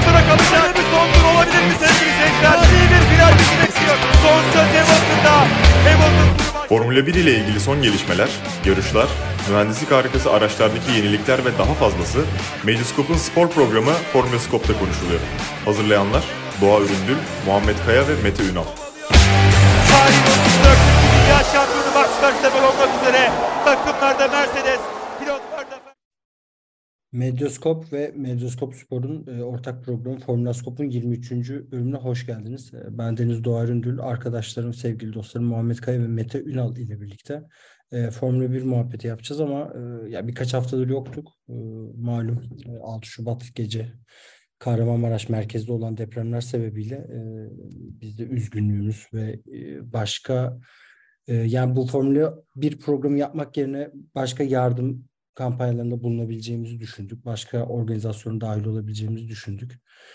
sonra kalacak. Bir son tur olabilir mi sevgili seyirciler? İyi bir final bizi bekliyor. Son söz Hamilton'da. Formula 1 ile ilgili son gelişmeler, yarışlar, mühendislik harikası araçlardaki yenilikler ve daha fazlası Medyascope'un spor programı Formülascope'da konuşuluyor. Hazırlayanlar Doğa Üründül, Muhammed Kaya ve Mete Ünal. Tarihin 34. Dünya Şampiyonu Max Verstappen olmak üzere takımlarda Mercedes, pilotlarda... Medyaskop ve Medyaskop Spor'un ortak programı Formülascope'un 23. bölümüne hoş geldiniz. Ben Deniz Doğa Üründül, arkadaşlarım, sevgili dostlarım Muhammed Kaya ve Mete Ünal ile birlikte Formula 1 muhabbeti yapacağız ama ya birkaç haftadır yoktuk. Malum 6 Şubat gece Kahramanmaraş merkezde olan depremler sebebiyle biz de üzgünlüğümüz ve başka yani bu Formula 1 programı yapmak yerine başka yardım kampanyalarında bulunabileceğimizi düşündük. Başka organizasyona dahil olabileceğimizi düşündük.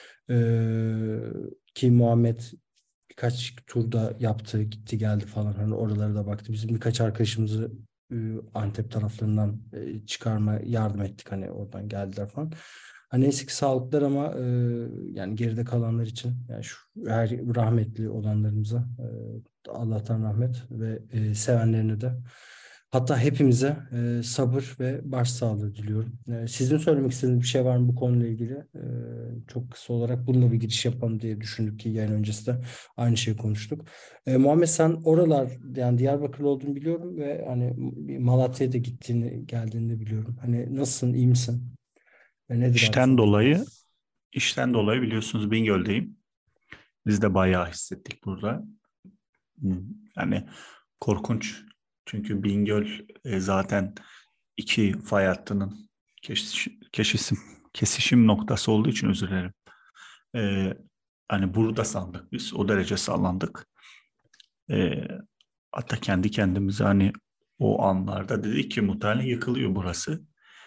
Ki Muhammed birkaç turda yaptı, gitti geldi falan. Hani oralara da baktı. Bizim birkaç arkadaşımızı Antep taraflarından çıkarma yardım ettik. Hani oradan geldiler falan. Hani neyse ki sağlıklar ama yani geride kalanlar için yani şu her rahmetli olanlarımıza Allah'tan rahmet ve sevenlerine de hatta hepimize sabır ve başsağlığı diliyorum. Sizin söylemek istediğiniz bir şey var mı bu konuyla ilgili? Çok kısa olarak bununla bir giriş yapalım diye düşündük ki yayın öncesi de aynı şeyi konuştuk. Muhammed sen oralar yani Diyarbakırlı olduğunu biliyorum ve hani Malatya'ya da geldiğini de biliyorum. Hani nasılsın, iyi misin? Nedir İşten dolayı biliyorsunuz Bingöl'deyim. Biz de bayağı hissettik burada. Yani korkunç. Çünkü Bingöl zaten iki fay hattının kesişim noktası olduğu için özür dilerim. Hani burada sandık biz. O derece sallandık. Hatta kendi kendimize hani o anlarda dedik ki muhtemelen yıkılıyor burası.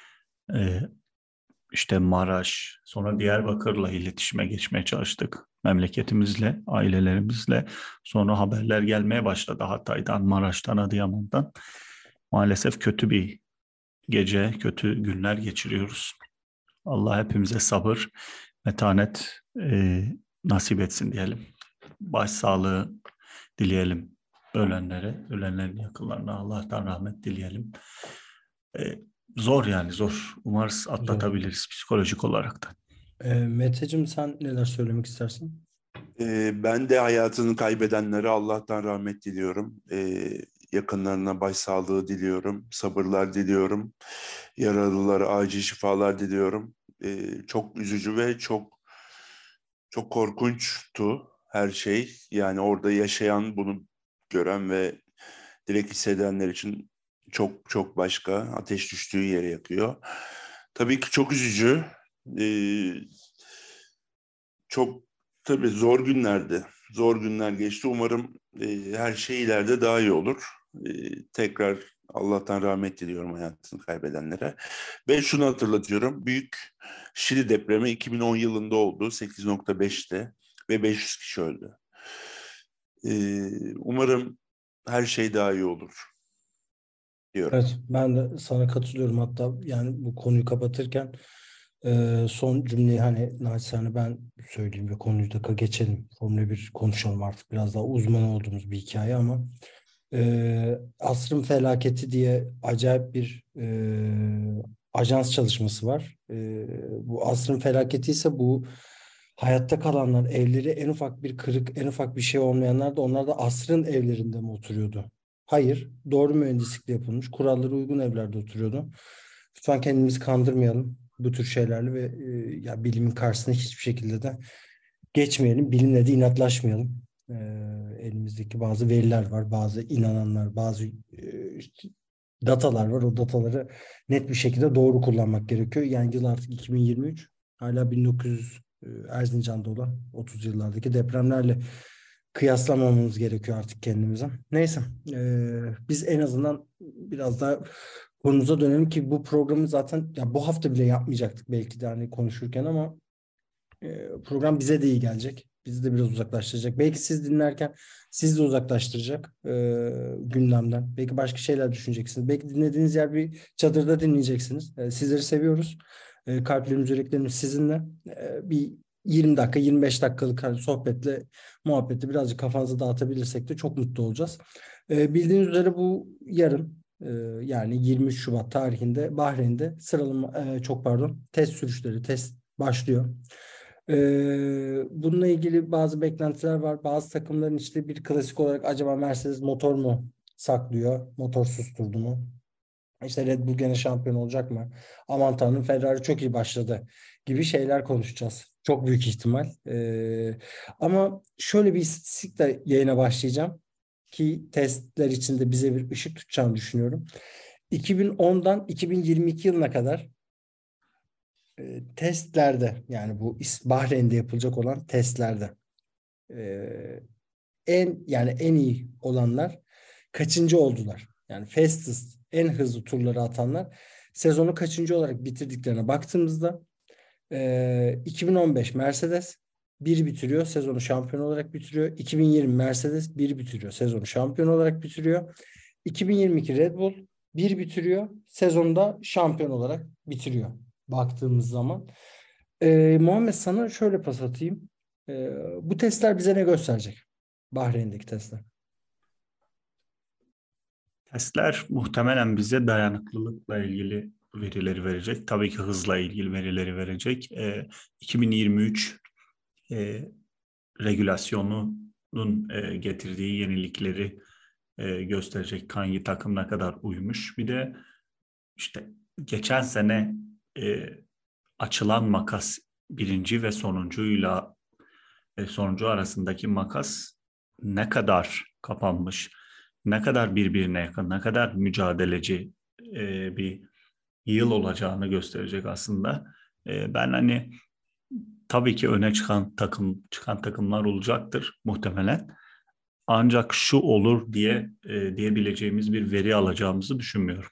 İşte Maraş, sonra Diyarbakır'la iletişime geçmeye çalıştık. Memleketimizle, ailelerimizle. Sonra haberler gelmeye başladı Hatay'dan, Maraş'tan, Adıyaman'dan. Maalesef kötü bir gece, kötü günler geçiriyoruz. Allah hepimize sabır, metanet nasip etsin diyelim. Başsağlığı dileyelim ölenlere, ölenlerin yakınlarına Allah'tan rahmet dileyelim. Zor yani zor. Umarız atlatabiliriz psikolojik olarak da. Meteciğim sen neler söylemek istersin? Ben de hayatını kaybedenlere Allah'tan rahmet diliyorum. Yakınlarına başsağlığı diliyorum. Sabırlar diliyorum. Yaralılara acil şifalar diliyorum. Çok üzücü ve çok korkunçtu her şey. Yani orada yaşayan, bunu gören ve direkt hissedenler için çok başka. Ateş düştüğü yere yakıyor. Tabii ki çok üzücü. Çok tabii zor günlerdi. Zor günler geçti. Umarım her şey ileride daha iyi olur. Tekrar Allah'tan rahmet diliyorum hayatını kaybedenlere. Ve şunu hatırlatıyorum. Büyük Şili depremi 2010 yılında oldu. 8.5'te ve 500 kişi öldü. Umarım her şey daha iyi olur diyorum. Evet, ben de sana katılıyorum. Hatta yani bu konuyu kapatırken son cümleyi hani naçizane ben söyleyeyim ve konuyu da geçelim. Formula 1 konuşalım artık. Biraz daha uzman olduğumuz bir hikaye ama Asrın Felaketi diye acayip bir ajans çalışması var. Bu Asrın Felaketi ise bu hayatta kalanlar, evleri en ufak bir kırık, en ufak bir şey olmayanlar da onlar da asrın evlerinde mi oturuyordu? Hayır. Doğru mühendislikle yapılmış. Kurallara uygun evlerde oturuyordu. Lütfen kendimizi kandırmayalım bu tür şeylerle ve ya bilimin karşısına hiçbir şekilde de geçmeyelim. Bilimle de inatlaşmayalım. Elimizdeki bazı veriler var. Bazı inananlar, bazı işte datalar var. O dataları net bir şekilde doğru kullanmak gerekiyor. Yani yıl artık 2023. Hala 1900 Erzincan'da olan 30 yıllardaki depremlerle kıyaslamamamız gerekiyor artık kendimize. Neyse. Biz en azından biraz daha konumuza dönelim ki bu programı zaten ya bu hafta bile yapmayacaktık belki de hani konuşurken ama program bize de iyi gelecek. Bizi de biraz uzaklaştıracak. Belki siz dinlerken sizi de uzaklaştıracak gündemden. Belki başka şeyler düşüneceksiniz. Belki dinlediğiniz yer bir çadırda dinleyeceksiniz. Sizleri seviyoruz. Kalplerimiz, yüreklerimiz sizinle. Bir 20 dakika 25 dakikalık hani sohbetle muhabbeti birazcık kafanızı dağıtabilirsek de çok mutlu olacağız. Bildiğiniz üzere bu yarın yani 23 Şubat tarihinde Bahreyn'de test sürüşleri başlıyor. Bununla ilgili bazı beklentiler var. Bazı takımların işte bir klasik olarak acaba Mercedes motor mu saklıyor? Motor susturdu mu? İşte Red Bull gene şampiyon olacak mı? Aman tanrım Ferrari çok iyi başladı gibi şeyler konuşacağız. Çok büyük ihtimal. Ama şöyle bir istatistikle yayına başlayacağım ki testler içinde bize bir ışık tutacağını düşünüyorum. 2010'dan 2022 yılına kadar testlerde yani bu Bahreyn'de yapılacak olan testlerde e, en iyi olanlar kaçıncı oldular? Yani fastest en hızlı turları atanlar sezonu kaçıncı olarak bitirdiklerine baktığımızda 2015 Mercedes bir bitiriyor, sezonu şampiyon olarak bitiriyor. 2020 Mercedes bir bitiriyor, sezonu şampiyon olarak bitiriyor. 2022 Red Bull bir bitiriyor, sezonda şampiyon olarak bitiriyor baktığımız zaman. Muhammed sana şöyle pas atayım. Bu testler bize ne gösterecek? Bahreyn'deki testler. Testler muhtemelen bize dayanıklılıkla ilgili verileri verecek. Tabii ki hızla ilgili verileri verecek. 2023 regülasyonunun getirdiği yenilikleri gösterecek. Hangi takım ne kadar uymuş. Bir de işte geçen sene açılan makas birinci ve sonuncu arasındaki makas ne kadar kapanmış, ne kadar birbirine yakın, ne kadar mücadeleci bir yıl olacağını gösterecek aslında. Ben hani tabii ki öne çıkan takımlar olacaktır muhtemelen. Ancak şu olur diyebileceğimiz bir veri alacağımızı düşünmüyorum.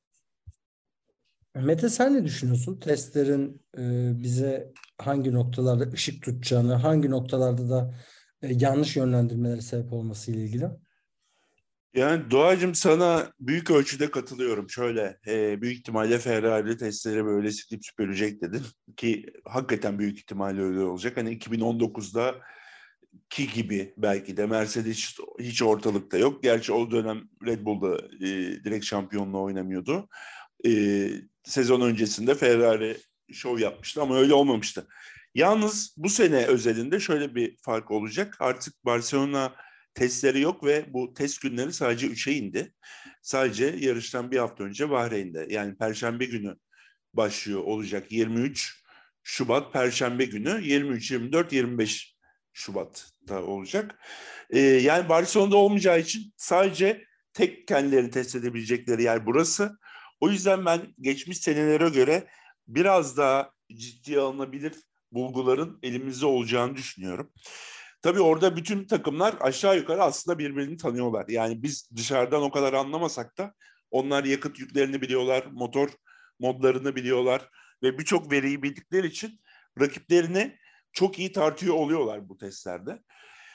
Mete sen ne düşünüyorsun? Testlerin bize hangi noktalarda ışık tutacağını, hangi noktalarda da yanlış yönlendirmelere sebep olması ile ilgili? Yani Doğacığım sana büyük ölçüde katılıyorum. Şöyle büyük ihtimalle Ferrari testleri böyle silip süpürecek dedin. Ki hakikaten büyük ihtimalle öyle olacak. Hani 2019'da ki gibi belki de Mercedes hiç ortalıkta yok. Gerçi o dönem Red Bull'da direkt şampiyonluğu oynamıyordu. Sezon öncesinde Ferrari şov yapmıştı ama öyle olmamıştı. Yalnız bu sene özelinde şöyle bir fark olacak. Artık Barcelona testleri yok ve bu test günleri sadece 3'e indi. Sadece yarıştan bir hafta önce Bahreyn'de. Yani Perşembe günü başlıyor olacak. 23 Şubat Perşembe günü, 23, 24, 25 Şubat'ta olacak. Yani Barcelona'da olmayacağı için sadece tek kendilerini test edebilecekleri yer burası. O yüzden ben geçmiş senelere göre biraz daha ciddiye alınabilir bulguların elimizde olacağını düşünüyorum. Tabii orada bütün takımlar aşağı yukarı aslında birbirini tanıyorlar. Yani biz dışarıdan o kadar anlamasak da onlar yakıt yüklerini biliyorlar, motor modlarını biliyorlar ve birçok veriyi bildikleri için rakiplerini çok iyi tartıyor oluyorlar bu testlerde.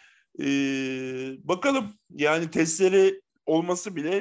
Bakalım yani testleri olması bile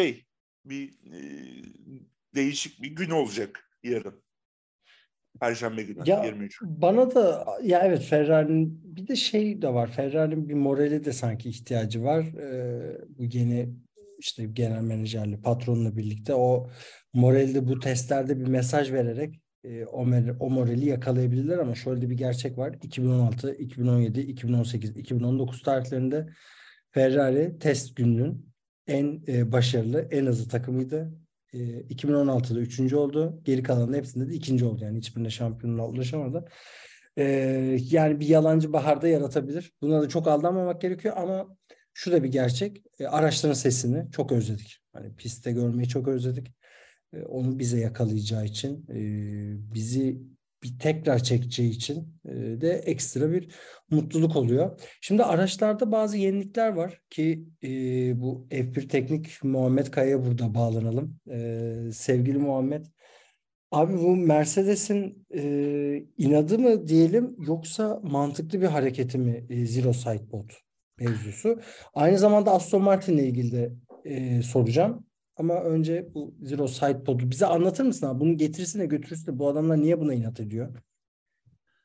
değişik bir gün olacak yarın. Perşembe günü Ya 23. bana da ya evet Ferrari'nin bir de şey de var. Ferrari'nin bir morali de sanki ihtiyacı var. Bu yeni işte genel menajerle patronla birlikte o moralde bu testlerde bir mesaj vererek o morali yakalayabilirler ama şöyle de bir gerçek var. 2016, 2017, 2018, 2019 tarihlerinde Ferrari test gününün en başarılı, en hızlı takımıydı. 2016'da üçüncü oldu. Geri kalanın hepsinde de ikinci oldu. Yani hiçbirine şampiyonluğa ulaşamadı. Yani bir yalancı baharda yaratabilir. Buna da çok aldanmamak gerekiyor ama şu da bir gerçek. Araçların sesini çok özledik. Hani pistte görmeyi çok özledik. Onu bize yakalayacağı için bizi bir tekrar çekeceği için de ekstra bir mutluluk oluyor. Şimdi araçlarda bazı yenilikler var ki bu F1 Teknik Muhammed Kaya'ya burada bağlanalım. Sevgili Muhammed, abi bu Mercedes'in inadı mı diyelim yoksa mantıklı bir hareketi mi Zero Sidepod mevzusu? Aynı zamanda Aston Martin'le ilgili de soracağım. Ama önce bu Zero Sidepod'u bize anlatır mısın abi? Bunun getirisine götürüsüne bu adamlar niye buna inat ediyor?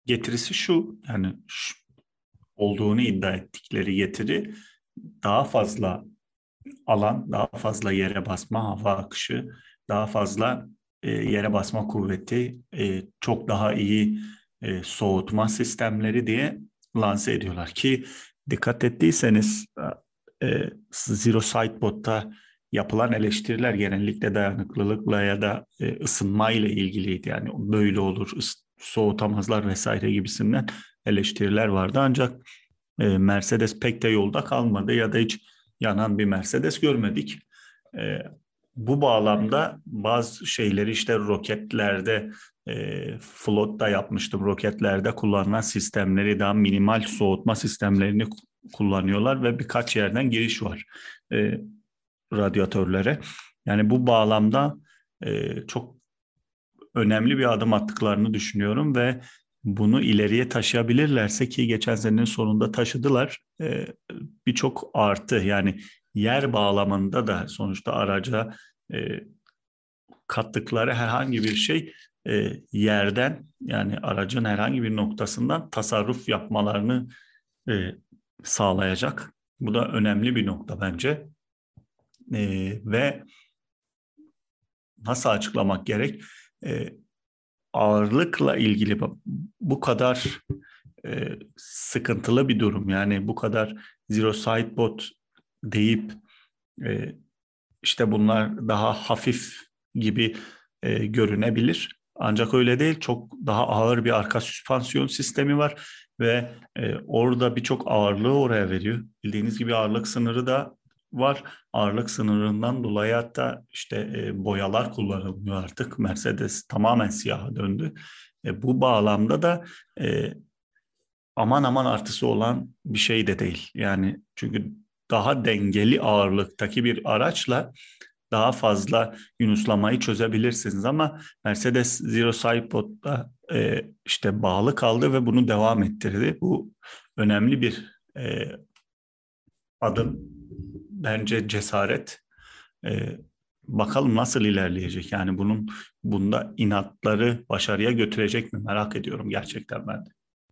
getirisi şu, yani olduğunu iddia ettikleri getiri daha fazla alan, daha fazla yere basma, hava akışı, daha fazla yere basma kuvveti, çok daha iyi soğutma sistemleri diye lanse ediyorlar ki dikkat ettiyseniz Zero Sidebot'ta yapılan eleştiriler genellikle dayanıklılıkla ya da ısınmayla ilgiliydi. Yani böyle olur, soğutamazlar vesaire gibisinden eleştiriler vardı. Ancak Mercedes pek de yolda kalmadı ya da hiç yanan bir Mercedes görmedik. Bu bağlamda bazı şeyleri işte roketlerde, flotta yapmıştım. Roketlerde kullanılan sistemleri, daha minimal soğutma sistemlerini kullanıyorlar ve birkaç yerden giriş var radyatörlere. Yani bu bağlamda çok önemli bir adım attıklarını düşünüyorum ve bunu ileriye taşıyabilirlerse, ki geçen senenin sonunda taşıdılar, birçok artı, yani yer bağlamında da sonuçta araca kattıkları herhangi bir şey yerden, yani aracın herhangi bir noktasından tasarruf yapmalarını sağlayacak. Bu da önemli bir nokta bence. Ve nasıl açıklamak gerek? Ağırlıkla ilgili bu kadar sıkıntılı bir durum. Yani bu kadar Zero Sidebot deyip işte bunlar daha hafif gibi görünebilir. Ancak öyle değil. Çok daha ağır bir arka süspansiyon sistemi var ve orada birçok ağırlığı oraya veriyor. Bildiğiniz gibi ağırlık sınırı da var. Ağırlık sınırından dolayı hatta işte boyalar kullanılmıyor artık. Mercedes tamamen siyaha döndü. Bu bağlamda da aman aman artısı olan bir şey de değil. Yani çünkü daha dengeli ağırlıktaki bir araçla daha fazla yunuslamayı çözebilirsiniz ama Mercedes Zero Sidebot'ta işte bağlı kaldı ve bunu devam ettirdi. Bu önemli bir adım. Bence cesaret. Bakalım nasıl ilerleyecek. Yani bunda inatları başarıya götürecek mi, merak ediyorum gerçekten ben de.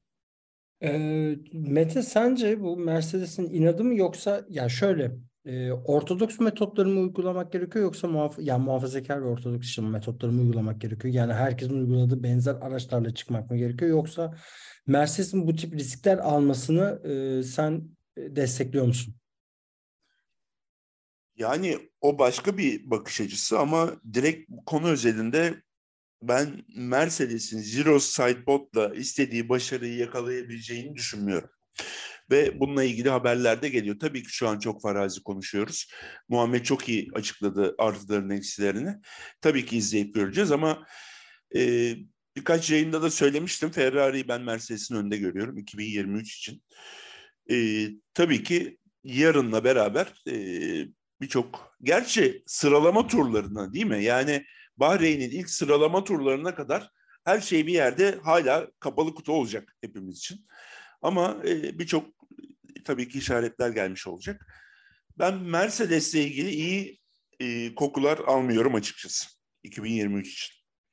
Mete, sence bu Mercedes'in inadı mı, yoksa ya şöyle ortodoks metotları mı uygulamak gerekiyor, yoksa yani muhafazakar ve ortodoks metotları mı uygulamak gerekiyor? Yani herkesin uyguladığı benzer araçlarla çıkmak mı gerekiyor, yoksa Mercedes'in bu tip riskler almasını sen destekliyor musun? Yani o başka bir bakış açısı ama direkt bu konu özelinde ben Mercedes'in Zero Sidebot'la istediği başarıyı yakalayabileceğini düşünmüyorum. Ve bununla ilgili haberler de geliyor. Tabii ki şu an çok farazi konuşuyoruz. Muhammed çok iyi açıkladı artılarını, eksilerini. Tabii ki izleyip göreceğiz ama birkaç yayında da söylemiştim. Ferrari'yi ben Mercedes'in önünde görüyorum 2023 için. Tabii ki yarınla beraber birçok, gerçi sıralama turlarına, değil mi? Yani Bahreyn'in ilk sıralama turlarına kadar her şey bir yerde hala kapalı kutu olacak hepimiz için. Ama birçok tabii ki işaretler gelmiş olacak. Ben Mercedes'le ilgili iyi kokular almıyorum açıkçası 2023 için.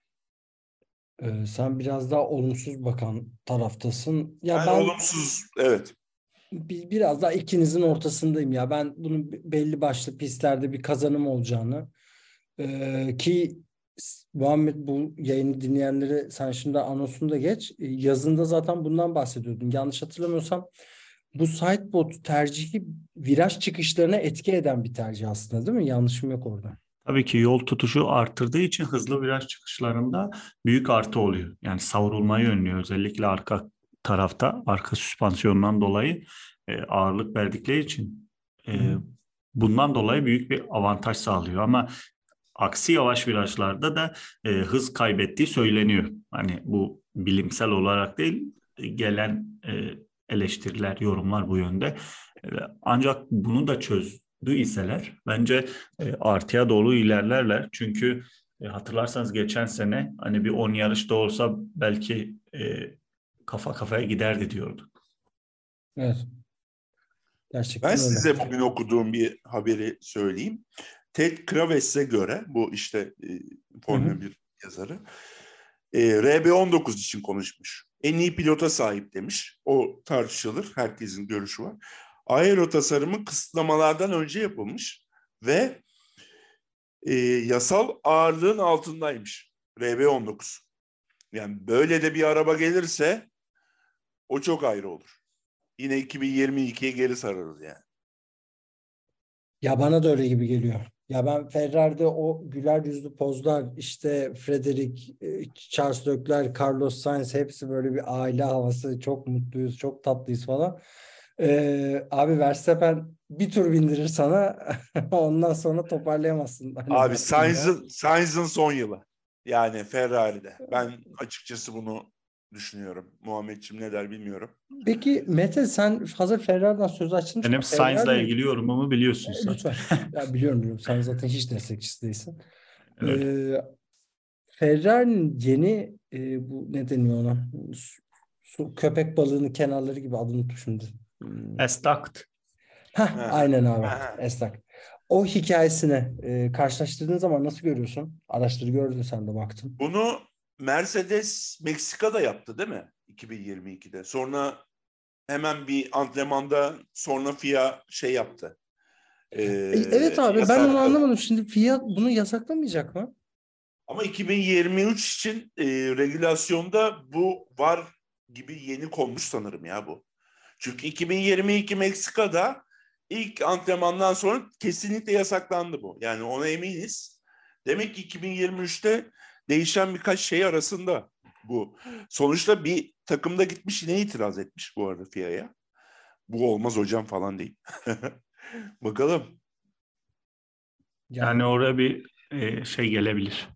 Sen biraz daha olumsuz bakan taraftasın. Ya Ben ben olumsuz, evet. biraz daha ikinizin ortasındayım ya. Ben bunun belli başlı pistlerde bir kazanım olacağını, ki Muhammed, bu yayını dinleyenlere sen şimdi anonsunu da geç. Yazında zaten bundan bahsediyordun. Yanlış hatırlamıyorsam bu sidebot tercihi viraj çıkışlarına etki eden bir tercih aslında, değil mi? Yanlışım yok orada. Tabii ki yol tutuşu arttırdığı için hızlı viraj çıkışlarında büyük artı oluyor. Yani savrulmayı önlüyor. Özellikle arka tarafta, arka süspansiyondan dolayı ağırlık verdikleri için bundan dolayı büyük bir avantaj sağlıyor. Ama aksi yavaş virajlarda da hız kaybettiği söyleniyor. Hani bu bilimsel olarak değil, gelen eleştiriler, yorumlar bu yönde. Ancak bunu da çözdüyseler bence artıya doğru ilerlerler. Çünkü hatırlarsanız geçen sene hani bir 10 yarışta olsa belki kafa kafaya giderdi diyordu. Evet. Ben Gerçekten öyle. size bugün okuduğum bir haberi söyleyeyim. Ted Kravitz'e göre, bu işte Formula 1 yazarı, RB19 için konuşmuş. en iyi pilota sahip demiş. O tartışılır. Herkesin görüşü var. Aero tasarımı kısıtlamalardan önce yapılmış ve yasal ağırlığın altındaymış. RB19. Yani böyle de bir araba gelirse o çok ayrı olur. Yine 2022'ye geri sararız yani. Ya bana da öyle gibi geliyor. Ya ben Ferrari'de o güler yüzlü pozlar, işte Frederic, Charles Leclerc, Carlos Sainz, hepsi böyle bir aile havası. Çok mutluyuz, çok tatlıyız falan. Abi Verstappen bir tur bindirir sana ondan sonra toparlayamazsın. Hani Abi zaten ya. Sainz'ın son yılı. Yani Ferrari'de. Ben açıkçası bunu düşünüyorum. Muhammedciğim ne der bilmiyorum. Peki Mete, sen hazır Ferrari'den söz açtın. Benim Sainz'la Ferrari, ilgili yorumumu biliyorsun zaten. lütfen. Ya biliyorum. Sen zaten hiç destekçisi değilsin. Öyle. Ferrari'nin yeni bu ne deniyor ona? Köpek balığının kenarları gibi, adını unuttum şimdi. Estakt. Aynen abi. Ha. Estak. O hikayesine karşılaştırdığın zaman nasıl görüyorsun? Araçları gördün, sen de baktın. Bunu Mercedes Meksika'da yaptı değil mi? 2022'de. Sonra hemen bir antrenmanda sonra FIA şey yaptı. Evet abi, ben Yasakladı. onu anlamadım. Şimdi FIA bunu yasaklamayacak mı? Ama 2023 için regülasyonda bu var gibi yeni konmuş sanırım ya bu. Çünkü 2022 Meksika'da ilk antrenmandan sonra kesinlikle yasaklandı bu. Yani ona eminiz. Demek ki 2023'te değişen birkaç şey arasında bu. Sonuçta bir takımda gitmiş yine itiraz etmiş bu arada FIA'ya. Bu olmaz hocam falan değil. Bakalım. Yani oraya bir şey gelebilir.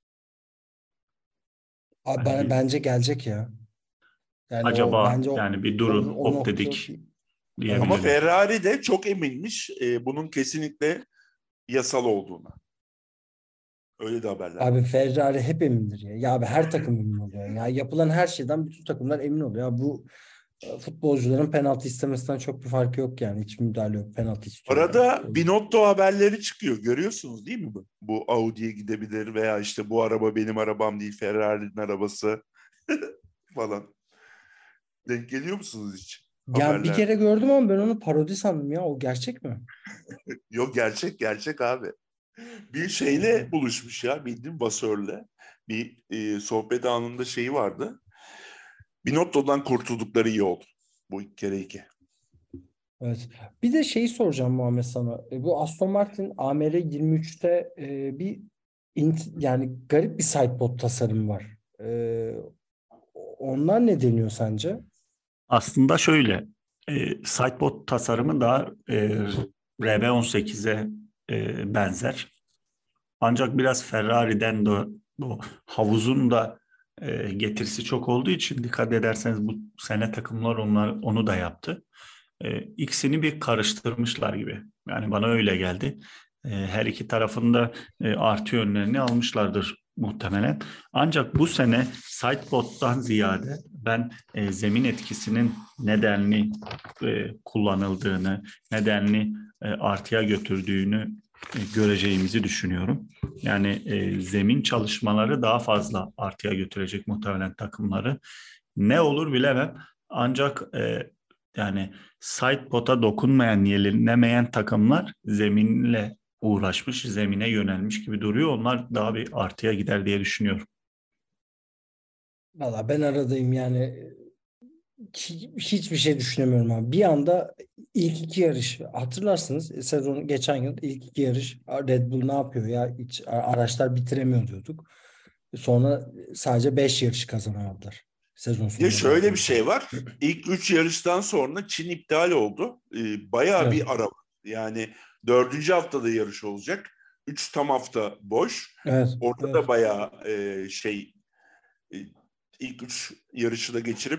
Abi Hani bence gelecek ya. Yani o acaba bence yani bir durun o hop nokta. dedik Ama diyebilirler. Ferrari de çok eminmiş bunun kesinlikle yasal olduğuna. Öyle de haberler var. Abi Ferrari hep emindir ya. Ya abi her takım emin oluyor. Ya yapılan her şeyden bütün takımlar emin oluyor. Ya bu futbolcuların penaltı istemesinden çok bir farkı yok yani. Hiç müdahale yok. Penaltı istiyorlar. Arada Binotto haberleri çıkıyor. Görüyorsunuz değil mi bu? Bu Audi'ye gidebilir veya işte bu araba benim arabam değil, Ferrari'nin arabası falan. Denk geliyor musunuz hiç? Ya bir Haberler. kere gördüm ama ben onu parodi sandım ya. O gerçek mi? Yok gerçek abi. Bir şeyle buluşmuş ya bildiğin basörle. Bir sohbet anında şeyi vardı. Binotto'dan kurtuldukları iyi oldu. Bu ilk kere iki. Evet. Bir de şeyi soracağım Muhammed sana. Bu Aston Martin AMR 23'te yani garip bir sidepod tasarımı var. Onlar ne deniyor sence? Aslında şöyle sidepod tasarımı da RB18'e benzer. Ancak biraz Ferrari'den de bu havuzun da getirisi çok olduğu için dikkat ederseniz bu sene takımlar onu da yaptı. İkisini bir karıştırmışlar gibi. Yani bana öyle geldi. Her iki tarafında artı yönlerini almışlardır muhtemelen. Ancak bu sene sidepod'dan ziyade ben zemin etkisinin nedenli kullanıldığını, nedenli artıya götürdüğünü göreceğimizi düşünüyorum. Yani zemin çalışmaları daha fazla artıya götürecek muhtemelen takımları. Ne olur bilemem. Ancak yani sidepod'a dokunmayan, yenilemeyen takımlar zeminle uğraşmış, zemine yönelmiş gibi duruyor. Onlar daha bir artıya gider diye düşünüyorum. Valla ben aradayım yani. Hiçbir şey düşünemiyorum abi. Bir anda ilk iki yarış, hatırlarsınız sezon geçen yıl ilk iki yarış Red Bull ne yapıyor ya, hiç araçlar bitiremiyor diyorduk. Sonra sadece 5 yarış kazanamadılar sezon Bir de sonunda. şöyle bir şey var. İlk 3 yarıştan sonra Çin iptal oldu. Bayağı Evet. bir ara var. Yani 4. haftada yarış olacak. 3 tam hafta boş. Evet. Orada Evet. da bayağı ilk 3 yarışı da geçirip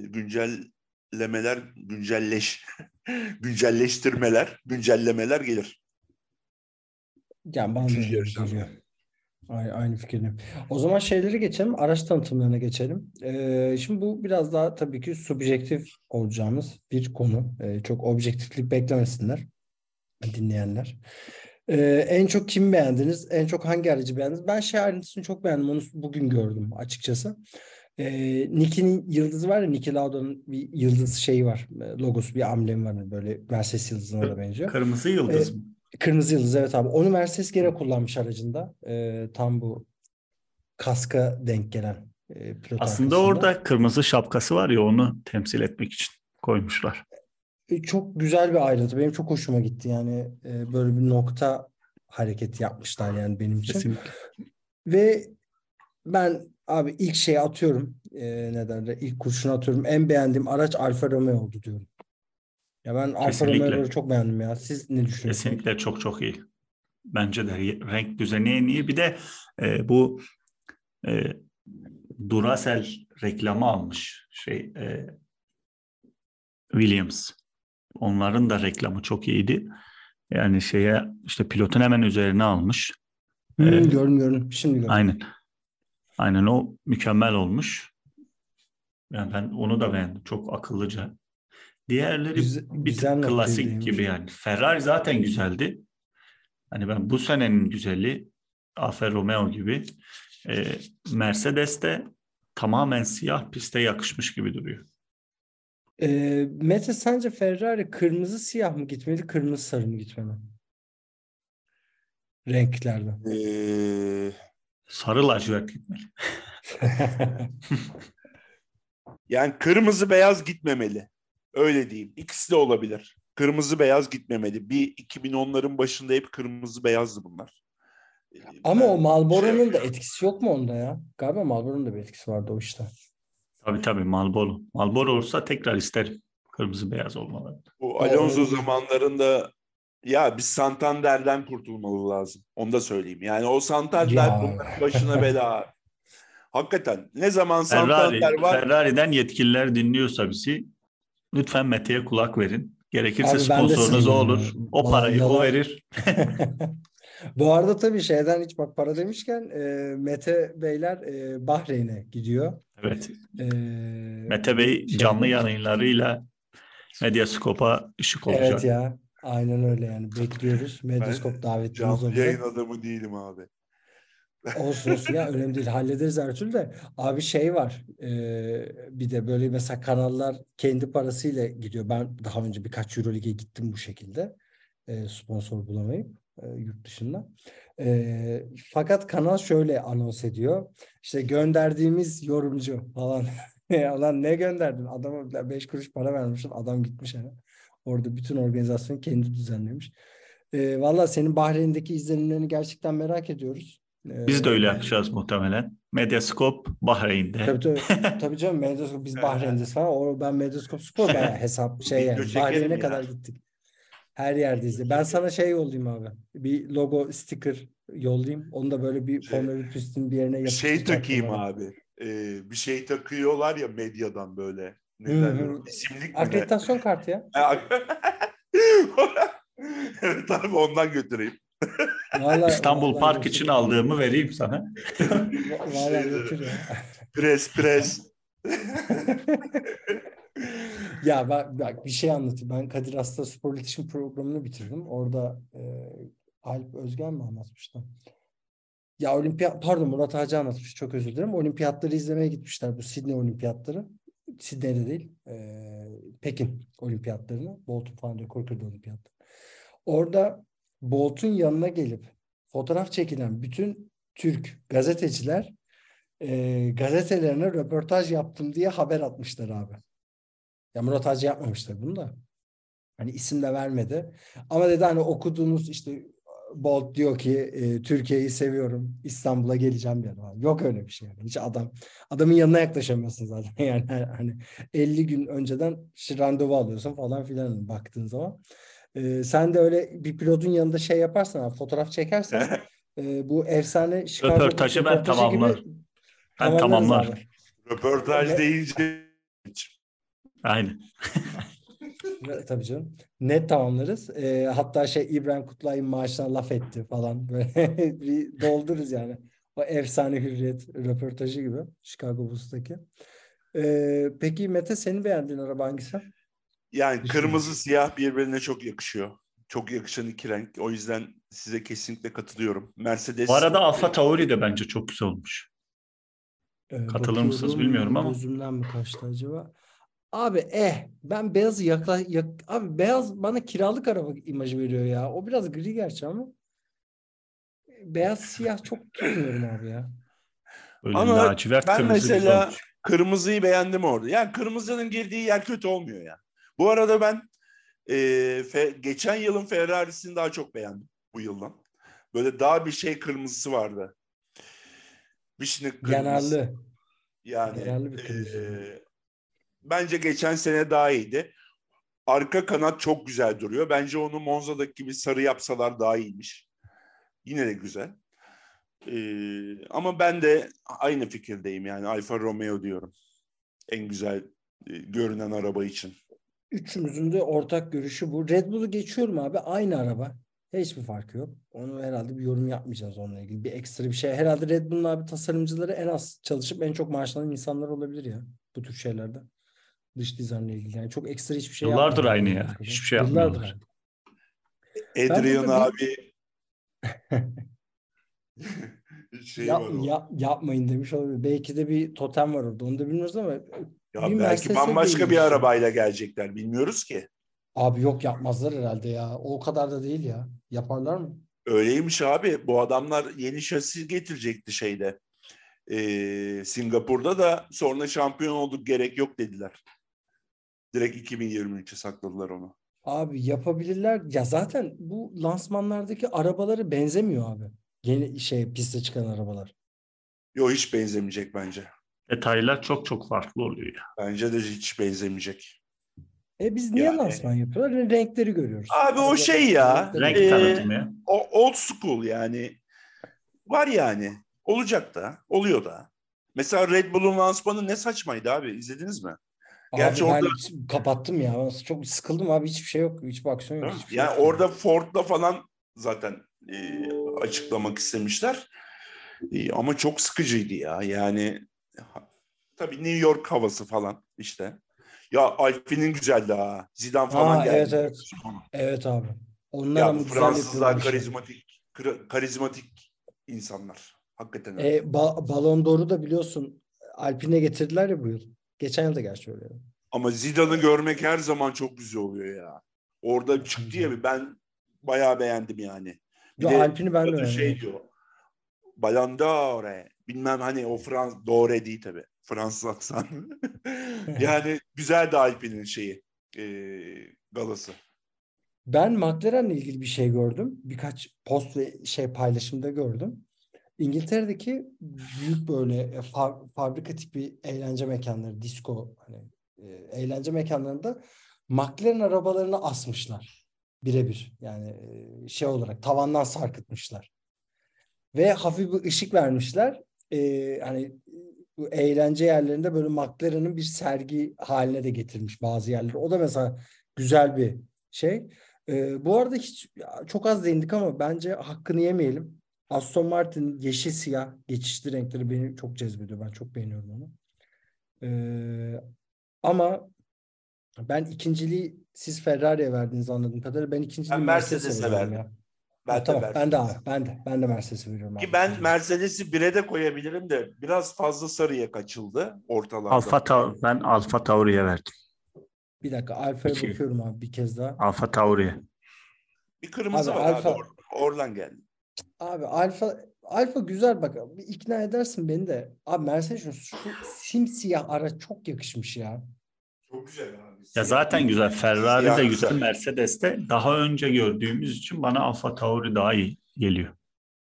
güncellemeler gelir. Yani bana da 3. öyle gibi yarıştan geliyor. sonra. Aynı fikirdeyim. O zaman şeyleri geçelim. Araç tanıtımlarına geçelim. Şimdi bu biraz daha tabii ki subjektif olacağımız bir konu. Çok objektiflik beklemesinler dinleyenler. En çok kimi beğendiniz? En çok hangi aracı beğendiniz? Ben şey ayrıntısını çok beğendim. Onu bugün gördüm açıkçası. Nicki'nin yıldızı var ya, Niki Lauda'nın bir yıldız şeyi var. Logosu, bir amblemi var. Böyle Mercedes yıldızına da benziyor. Kırmızı E, yıldız mı? Kırmızı yıldız, evet abi. Onu Mercedes gene kullanmış aracında. Tam bu kaska denk gelen pilot Aslında arkasında. orada kırmızı şapkası var ya, onu temsil etmek için koymuşlar. Çok güzel bir ayrıntı. Benim çok hoşuma gitti. Yani böyle bir nokta hareketi yapmışlar yani benim için. Kesinlikle. Ve ben abi ilk şeyi atıyorum. Ne derler? İlk kurşunu atıyorum. En beğendiğim araç Alfa Romeo oldu diyorum. Ya ben Alfa Romeo'ları Kesinlikle. çok beğendim ya. Siz ne düşünüyorsunuz? Kesinlikle çok çok iyi. Bence de renk düzeni en iyi. Bir de bu e, Duracell reklamı almış Williams. Onların da reklamı çok iyiydi. Yani işte pilotun hemen üzerine almış. Gördüm. Şimdi gördüm. Aynen. Aynen, o mükemmel olmuş. Yani ben onu da beğendim. Çok akıllıca. Diğerleri bir Güzel tık noktaya klasik değinmiş. gibi yani. Ferrari zaten güzeldi. Hani ben bu senenin güzeli Alfa Romeo gibi. Mercedes de tamamen siyah piste yakışmış gibi duruyor. Mete, sence Ferrari kırmızı siyah mı gitmeli, kırmızı sarı mı gitmeli? Renklerden. Sarı lacivert gitmeli. Yani kırmızı beyaz gitmemeli. Öyle diyeyim. İkisi de olabilir. Kırmızı beyaz gitmemeli. Bir 2010'ların başında hep kırmızı beyazdı bunlar. Ama o Ben Marlboro'nun da etkisi yok mu onda ya? Galiba Marlboro'nun da bir etkisi vardı o işte. Tabii Marlboro. Marlboro olsa tekrar isterim. Kırmızı beyaz olmalı. bu O Alonso öyle bir- zamanlarında ya biz Santander'den kurtulmalı lazım. Onu da söyleyeyim. Yani o Santander Ya. bunların başına bela. Hakikaten ne zaman Santander var. Ferrari'den yetkililer dinliyorsa bizi, lütfen Mete'ye kulak verin. Gerekirse Abi ben de sponsorunuz o sileyim olur. ya. O Vallahi parayı o yalan. verir. Bu arada tabii şeyden, hiç bak para demişken, Mete Beyler Bahreyn'e gidiyor. Evet. Mete Bir Bey canlı şeyde. yayınlarıyla Medyaskop'a ışık Evet olacak. ya. Aynen öyle yani. Bekliyoruz. Ben Medyaskop davetimiz canlı yayın olacak. adamı değilim abi. Olsun ya, önemli değil. Hallederiz her türlü de. Abi şey var. Bir de böyle mesela kanallar kendi parasıyla gidiyor. Ben daha önce birkaç Euroleague'e gittim bu şekilde. Sponsor bulamayıp yurt dışında. Fakat kanal şöyle anons ediyor. İşte gönderdiğimiz yorumcu falan. Lan ne gönderdin? Adama 5 kuruş para vermişsin. Adam gitmiş yani. Orada bütün organizasyonu kendi düzenlemiş. Valla senin Bahreyn'deki izlenimlerini gerçekten merak ediyoruz. Biz de öyle yapacağız muhtemelen. Medyaskop Bahreyn'de. Tabii canım, Medyaskop, biz Bahreyn'deyiz falan. Ben Medyaskop Spor bayağı hesap şey Video yani. çekerim Bahreyn'e ya. kadar gittik. Her yerdeyiz. Ben sana şey yollayayım abi. Bir logo, sticker yollayayım. Onu da böyle bir Formula 1 pistinin bir yerine Bir şey takayım yapıştıracaktım. abi. Bir şey takıyorlar ya medyadan böyle. Ne Hı derler? hı. İsimlik mi ne? Akreditasyon kartı ya. Evet abi, ondan götüreyim. İstanbul Vallahi Park götür için ya. aldığımı vereyim sana. Vallahi götür ya. Pres. Ya bak bir şey anlatayım. Ben Kadir Has'ta spor iletişim programını bitirdim. Orada Alp Özgen mi anlatmıştı? Ya pardon, Murat Hacı anlatmış. Çok özür dilerim. Olimpiyatları izlemeye gitmişler. Bu Sydney Olimpiyatları. Sydney'de değil. Pekin Olimpiyatlarını. Bolton falan rekor kırdı olimpiyatları. Orada Bolt'un yanına gelip fotoğraf çekilen bütün Türk gazeteciler gazetelerine röportaj yaptım diye haber atmışlar abi. Ya Murat Hacı yapmamışlar bunu da. Hani isim de vermedi. Ama dedi hani okuduğunuz işte Bolt diyor ki Türkiye'yi seviyorum. İstanbul'a geleceğim diyor. Yok öyle bir şey yani. Hiç adamın yanına yaklaşamıyorsun zaten. Yani hani 50 gün önceden randevu alıyorsun falan filan baktığın zaman. Sen de öyle bir pilotun yanında şey yaparsan, fotoğraf çekersen bu efsane Chicago Bulls Röportajı ben röportajı gibi Ben tamamlarız abi. tamamlarım. Röportaj deyince Aynen. Tabii canım. Net tamamlarız. Hatta İbrahim Kutluay'ın maaşına laf etti falan. Böyle bir doldururuz yani. O efsane hürriyet röportajı gibi. Chicago Bulls'taki. Peki Mete, senin beğendiğin araba hangisi? yani Düşünün. kırmızı siyah birbirine çok yakışıyor. Çok yakışan iki renk. O yüzden size kesinlikle katılıyorum. Mercedes Bu arada Alfa Tauri de bence çok güzel olmuş. Katılır mısınız bilmiyorum ama. Gözümden mi kaçtı acaba? Abi ben beyazı abi beyaz bana kiralık araba imajı veriyor ya. O biraz gri gerçi ama beyaz siyah çok tutmuyorum abi ya. Böyle Ama lacivert ben kırmızı güzel mesela olmuş. kırmızıyı beğendim orada. Yani kırmızının girdiği yer kötü olmuyor ya. Bu arada ben geçen yılın Ferrari'sini daha çok beğendim bu yıldan. Böyle daha bir şey kırmızısı vardı. Vişne kırmızısı. Yanarlı. Yani Yanarlı bir kırmızı. bence geçen sene daha iyiydi. Arka kanat çok güzel duruyor. Bence onu Monza'daki gibi sarı yapsalar daha iyiymiş. Yine de güzel. Ama ben de aynı fikirdeyim. Yani Alfa Romeo diyorum. En güzel görünen araba için. Üçümüzün de ortak görüşü bu. Red Bull'u geçiyorum abi. Aynı araba. Hiçbir farkı yok. Onu herhalde bir yorum yapmayacağız onunla ilgili. Bir ekstra bir şey. Herhalde Red Bull'un abi tasarımcıları en az çalışıp en çok maaşlanan insanlar olabilir ya. Bu tür şeylerde. Dış dizaynla ilgili. Yani çok ekstra hiçbir şey Yıllardır yapmıyorlar. aynı benim ya. bildiğim kadarıyla. Hiçbir şey Yıllardır yapmıyorlar. aynı. Ben Adrian burada abi şeyi var o. yapmayın demiş olabilir. Belki de bir totem var orada. Onu da bilmiyoruz ama bir Ya belki Mercedes'e bambaşka bir değinmiş. arabayla gelecekler. Bilmiyoruz ki. Abi yok yapmazlar herhalde ya. O kadar da değil ya. Yaparlar mı? Öyleymiş abi. Bu adamlar yeni şasi getirecekti şeyde. Singapur'da da sonra şampiyon olduk gerek yok dediler. Direkt 2023'e sakladılar onu. Abi yapabilirler. Ya zaten bu lansmanlardaki arabaları benzemiyor abi. Yeni piste çıkan arabalar. Yok hiç benzemeyecek bence. Detaylar çok çok farklı oluyor ya. Bence de hiç benzemeyecek. Biz niye Yani lansman yapıyorlar? Renkleri görüyoruz. abi o şey ya. Renk tanıtımı ya. O old school yani. Var yani. Olacak da. Oluyor da. Mesela Red Bull'un lansmanı ne saçmaydı abi. İzlediniz mi? Gerçi Abi ben orada kapattım ya. Çok sıkıldım abi. Hiçbir şey yok. Hiçbir aksiyon yok. Hiçbir şey yani yok. orada Ford'la falan zaten açıklamak istemişler. Ama çok sıkıcıydı ya. Yani tabii New York havası falan işte. Ya Alpine'in güzeldi ha. Zidane falan geldi. Evet evet. Evet abi. Onlar Ya bu ama güzel yapıyorlar Fransızlar işi. karizmatik insanlar. Hakikaten öyle. Ballon d'Or'u da biliyorsun Alpine getirdiler ya bu yıl. Geçen yıl da gerçi öyle. Ama Zidane'ı görmek her zaman çok güzel oluyor ya. Orada çıktı ya ben bayağı beğendim yani. Bir Yo, de Alpine'i ben de adı şey beğendim. diyor. Ballon d'Or. Bilmem hani o Doğre değil tabii. Fransız aksanı. Yani güzel de Alpine'in şeyi. Galası. Ben McLaren'le ilgili bir şey gördüm. Birkaç post ve paylaşımda gördüm. İngiltere'deki büyük böyle fabrika tipi eğlence mekanları, disco hani eğlence mekanlarında McLaren arabalarını asmışlar. Birebir. Yani olarak tavandan sarkıtmışlar. Ve hafif bir ışık vermişler. Hani bu eğlence yerlerinde böyle McLaren'ın bir sergi haline de getirmiş bazı yerleri. O da mesela güzel bir şey. Bu arada çok az değindik ama bence hakkını yemeyelim. Aston Martin yeşil siyah geçişli renkleri beni çok cezbediyor. Ben çok beğeniyorum onu. Ama ben ikinciliği siz Ferrari'ye verdiğinizi anladığım kadarıyla ben Ben ikinciliği Mercedes'e Mercedes'e veriyorum verdim. ya. Ben de Tamam ben de Mercedes. abi. Ben de Mercedes'e veriyorum Ki abi. ben Mercedes'i 1'e de koyabilirim de biraz fazla sarıya kaçıldı ortalarda. Ben Alfa Tauri'ye verdim. Bir dakika Alfa'ya İki. bakıyorum abi bir kez daha. Alfa Tauri'ye. Bir Abi kırmızı var abi. Alfa Oradan geldi. abi Alfa güzel bak. Bir ikna edersin beni de. Abi Mercedes'in şu simsiyah araç çok yakışmış ya. Çok güzel abi. Ya zaten güzel. Ferrari de Siyah güzel. Mercedes de daha önce gördüğümüz için bana Alfa Tauri daha iyi geliyor.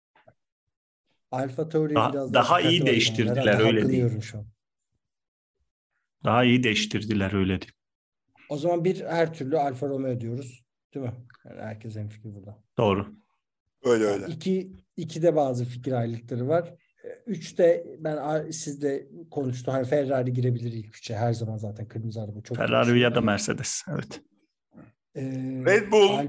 Alfa Tauri'ye biraz daha Daha iyi dikkatli bakmam lazım. Herhalde değiştirdiler öyle hakkını diyeyim. yiyorum şu an. Daha iyi değiştirdiler öyle diyeyim. O zaman her türlü Alfa Romeo diyoruz. Değil mi? Yani herkes hemfikir burada. Doğru. Öyle Yani öyle. ikide bazı fikir ayrılıkları var. Üçte sizde konuştu. Hani Ferrari girebilir ilk üçe. Her zaman zaten kırmızı araba çok Ferrari yakışıyor. ya da Mercedes. Evet. Red Bull.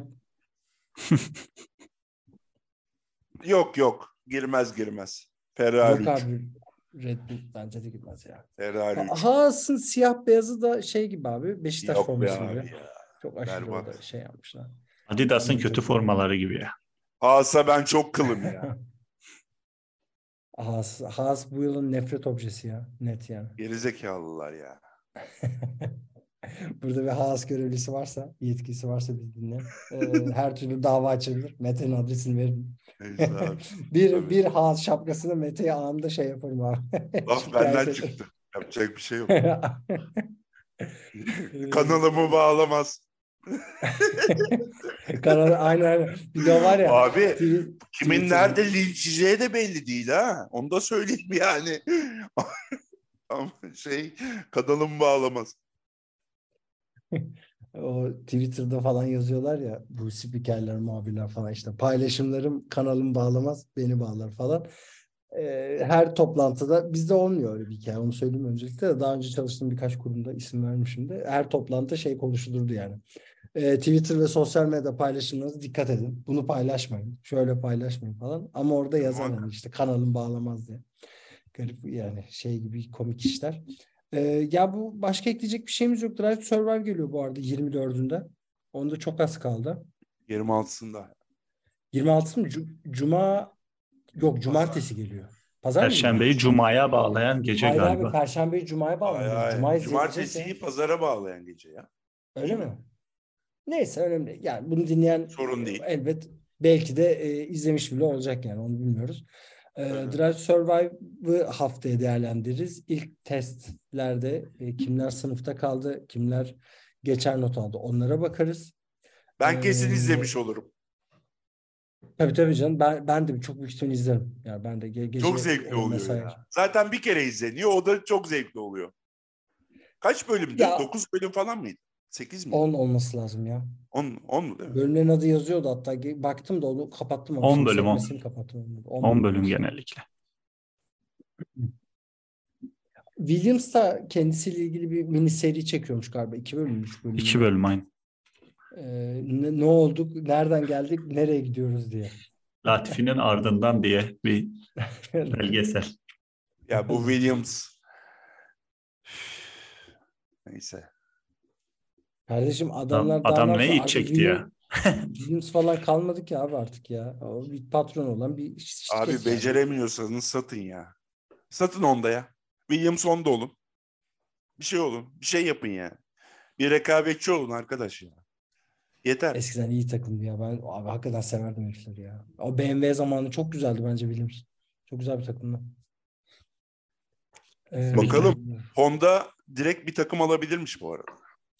Yok. Girmez. Ferrari Yok 3. abi Red Bull bence de girmez ya. Ferrari 3. Haas'ın siyah beyazı da gibi abi. Beşiktaş Yok be forması abi gibi. ya. Çok aşırı Berbat. orada yapmışlar. Adidas'ın Anlayacak kötü bir şey. formaları gibi ya. Haas'a ben çok kılım ya. Haas bu yılın nefret objesi ya. Net yani. Gerizekalılar ya. Burada bir Haas görevlisi varsa, yetkisi varsa biz dinleyin. Her türlü dava açabilir. Mete'nin adresini verin. Neyse abi. bir Tabii. Haas şapkasını Mete'ye anında şey yaparım abi. Laf Şikayet benden ederim. çıktı. Yapacak bir şey yok. Kanalımı bağlamaz. Aynen. Bir de o var ya. Abi kimin Twitter'da. nerede linç yiyeceği de belli değil ha. Onu da söyleyeyim yani. Ama kanalımı bağlamaz. O Twitter'da falan yazıyorlar ya, bu spikerler, muhabirler falan, işte paylaşımlarım kanalımı bağlamaz, beni bağlar falan. Her toplantıda bizde olmuyor öyle bir hikaye. Onu söyleyeyim öncelikle de, daha önce çalıştığım birkaç kurumda isim vermişim de, her toplantıda şey konuşulurdu yani. Twitter ve sosyal medya paylaşımlarınızı dikkat edin. Bunu paylaşmayın. Şöyle paylaşmayın falan. Ama orada yazan hani işte kanalım bağlamaz diye. Garip yani, şey gibi komik işler. Ya bu, başka ekleyecek bir şeyimiz yok. Drive to Survive geliyor bu arada 24'ünde. Onda çok az kaldı. 26'sında. 26'sı mı? Cuma yok, cumartesi geliyor. Pazar mı geliyor? Perşembeyi Cuma'ya bağlayan gece Hayır abi, galiba. Perşembeyi Cuma'ya Ay, bağlanıyor. ay. Cuma izleyeceğiz Cumartesiyi ya. pazara bağlayan gece ya. Öyle Değil mi? Neyse, önemli değil. Yani bunu dinleyen Sorun değil. elbet belki de izlemiş bile olacak, yani onu bilmiyoruz. Evet. Drive to Survive'ı haftaya değerlendiririz. İlk testlerde kimler sınıfta kaldı, kimler geçer not aldı, onlara bakarız. Ben kesin Ee, izlemiş olurum. tabii canım, ben de çok büyük ihtimalle izlerim. Yani ben de gece Çok zevkli oluyor mesai. ya. Zaten bir kere izleniyor. O da çok zevkli oluyor. Kaç bölümdü? Ya 9 bölüm falan mıydı? 8 miydi? 10 olması lazım ya. 10 mu değil mi? Bölümlerin adı yazıyordu hatta. Baktım da onu kapattım. Ama 10 şimdi bölüm 10. sekmesini kapattım. 10 bölüm genellikle. Williams da kendisiyle ilgili bir mini seri çekiyormuş galiba. 2 bölüm, 3 bölüm. 2 bölüm aynı. Ne olduk, nereden geldik, nereye gidiyoruz diye. Latifi'nin ardından diye bir belgesel. Ya bu Williams. Neyse. Kardeşim, adamlar daha ne Adam ne yapsın? iç Artık çekti ya. Williams falan kalmadı ki abi artık ya. O bir patron olan bir şirket Abi yani. beceremiyorsanız satın ya. Satın onda ya. Williams onda olun. Bir şey olun. Bir şey yapın ya. Bir rekabetçi olun arkadaş ya. Yeter. Eskiden iyi takımdı ya. Ben abi hakikaten severdim herifleri ya. O BMW zamanı çok güzeldi bence Williams. Çok güzel bir takımdı. Bakalım. Honda direkt bir takım alabilirmiş bu arada.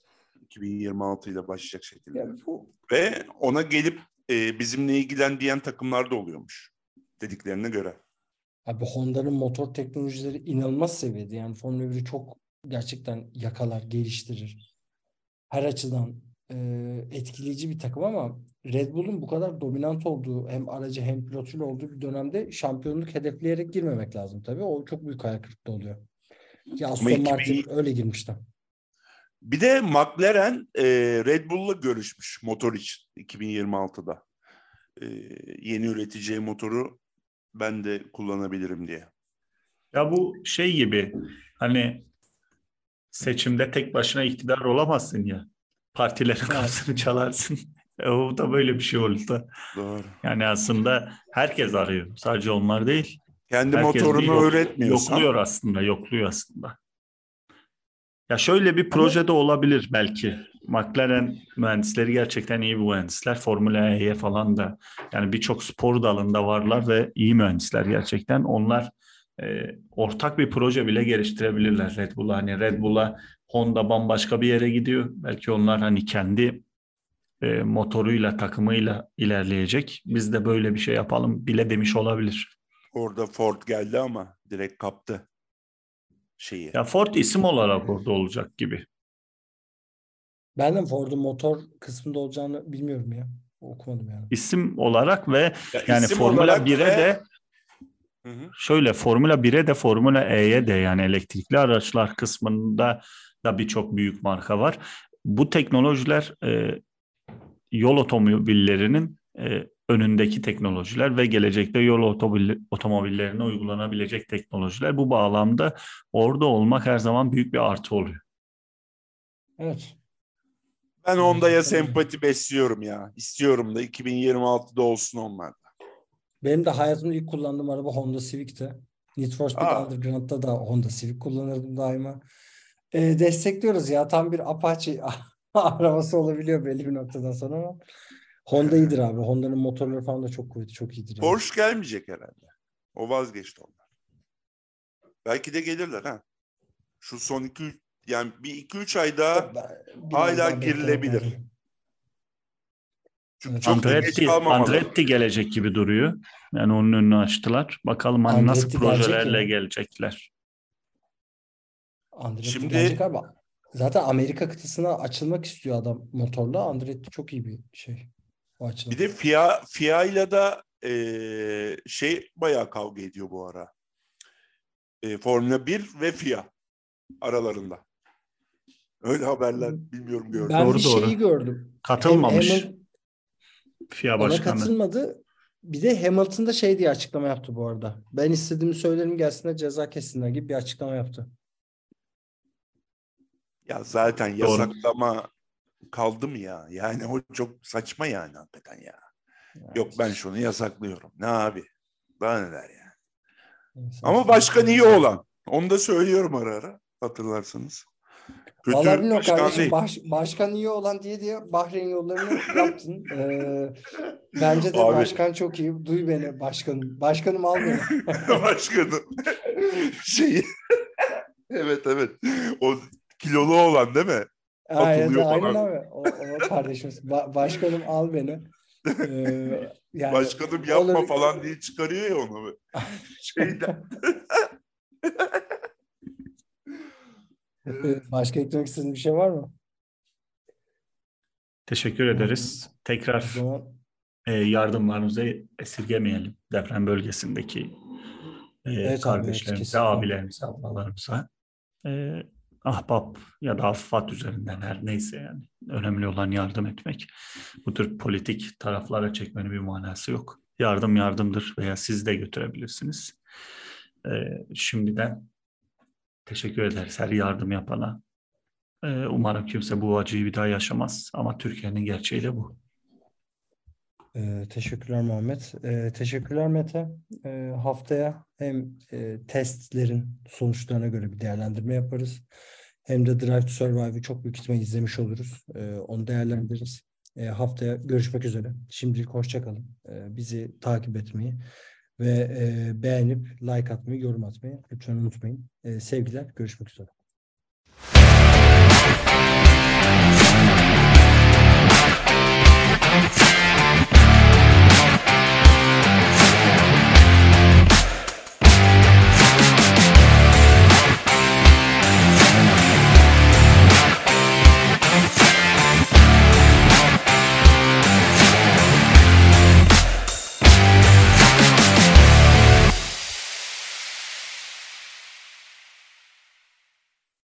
2026 ile başlayacak şekilde. Ya Ve ona gelip bizimle ilgilen diyen takımlar da oluyormuş. Dediklerine göre. Abi Honda'nın motor teknolojileri inanılmaz seviyede. Yani Formula 1'i çok gerçekten yakalar, geliştirir. Her açıdan etkileyici bir takım, ama Red Bull'un bu kadar dominant olduğu, hem aracı hem pilotuyla olduğu bir dönemde şampiyonluk hedefleyerek girmemek lazım tabii. O çok büyük hayal kırıklığı oluyor. Ya Aston Martin öyle girmişti. Bir de McLaren Red Bull'la görüşmüş motor için 2026'da. Yeni üreteceği motoru ben de kullanabilirim diye. Ya bu şey gibi, hani seçimde tek başına iktidar olamazsın ya. Partilerin kapısını çalarsın. O da böyle bir şey oldu. Doğru. Yani aslında herkes arıyor. Sadece onlar değil. Kendi Herkes motorunu üretmiyorsan. Yokluyor aslında. Ya şöyle bir projede olabilir belki. McLaren mühendisleri gerçekten iyi bir mühendisler. Formula E'ye falan da, yani birçok spor dalında varlar ve iyi mühendisler gerçekten. Onlar ortak bir proje bile geliştirebilirler Red Bull'a. Hani Red Bull'a Honda bambaşka bir yere gidiyor. Belki onlar hani kendi motoruyla, takımıyla ilerleyecek. Biz de böyle bir şey yapalım bile demiş olabilir. Orada Ford geldi ama direkt kaptı şeyi. Ya Ford isim olarak orada olacak gibi. Ben de Ford'un motor kısmında olacağını bilmiyorum ya. Okumadım yani. İsim olarak ve Ya yani isim Formula olarak 1'e de şöyle, Formula 1'e de Formula E'ye de, yani elektrikli araçlar kısmında da birçok büyük marka var. Bu teknolojiler yol otomobillerinin önündeki teknolojiler ve gelecekte yol otomobillerine uygulanabilecek teknolojiler. Bu bağlamda orada olmak her zaman büyük bir artı oluyor. Evet. Ben Honda'ya sempati besliyorum ya. İstiyorum da 2026'da olsun onlar. Benim de hayatımda ilk kullandığım araba Honda Civic'ti. Need for Speed Aa. Underground'da da Honda Civic kullanırdım daima. Destekliyoruz ya. Tam bir Apache arabası olabiliyor belli bir noktadan sonra ama Honda iyidir abi. Honda'nın motorları falan da çok kuvvetli, çok iyidir. Yani. Porsche gelmeyecek herhalde. O vazgeçti onlar. Belki de gelirler ha. Şu son yani bir 2-3 ayda Biraz hala daha beklemek girilebilir. lazım. Çünkü Evet. çok da geç kalmamalı. Andretti gelecek gibi duruyor. Yani onun önünü açtılar. Bakalım hani nasıl Andretti gelecek projelerle ya. gelecekler. Andretti Şimdi- gelecek abi. Zaten Amerika kıtasına açılmak istiyor adam motorla. Andretti çok iyi bir şey. O açıdan. Bir de FIA'yla da bayağı kavga ediyor bu ara. Formula 1 ve FIA aralarında. Öyle haberler bilmiyorum gördüm. Ben Doğru, bir şeyi doğru. gördüm. Katılmamış FIA Ona başkanı. katılmadı. Bir de Hamilton'da şey diye açıklama yaptı bu arada. Ben istediğimi söylerim gelsinler ceza kessinler gibi bir açıklama yaptı. Ya zaten Doğru. yasaklama kaldı mı ya? Yani o çok saçma yani hakikaten ya. Yani Yok ben şunu yasaklıyorum. Ne abi? Daha neler ya? insan Ama sonu- başkan iyi olan. Onu da söylüyorum ara ara. Hatırlarsınız. Kötü Vallahi bilmiyorum başkan kardeşim değil. başkan iyi olan diye Bahreyn yollarını yaptın. Bence de Abi. başkan çok iyi. Duy beni başkanım. Başkanım al beni. Başkanım. Evet. O kilolu olan değil mi? Aynen, Atılıyor aynen falan. abi. O kardeşimiz. Başkanım al beni. Yani Başkanım yapma olur. falan diye çıkarıyor ya onu. Şeyden. Başka eklemek istediğin bir şey var mı? Teşekkür ederiz. O Tekrar zaman yardımlarınızı esirgemeyelim. Deprem bölgesindeki evet abi, evet, kardeşlerimize, kesinlikle. abilerimize, ablalarımıza ahbap ya da affat üzerinden her neyse yani. Önemli olan yardım etmek. Bu tür politik taraflara çekmenin bir manası yok. Yardım yardımdır veya siz de götürebilirsiniz. Şimdiden teşekkür ederiz her yardım yapana. Umarım kimse bu acıyı bir daha yaşamaz ama Türkiye'nin gerçeği de bu. Teşekkürler Muhammed. Teşekkürler Mete. Haftaya hem testlerin sonuçlarına göre bir değerlendirme yaparız. Hem de Drive to Survive'ı çok büyük ihtimalle izlemiş oluruz. Onu değerlendiririz. Haftaya görüşmek üzere. Şimdilik hoşça kalın. Bizi takip etmeyi ve beğenip like atmayı, yorum atmayı lütfen unutmayın. Sevgiler, görüşmek üzere.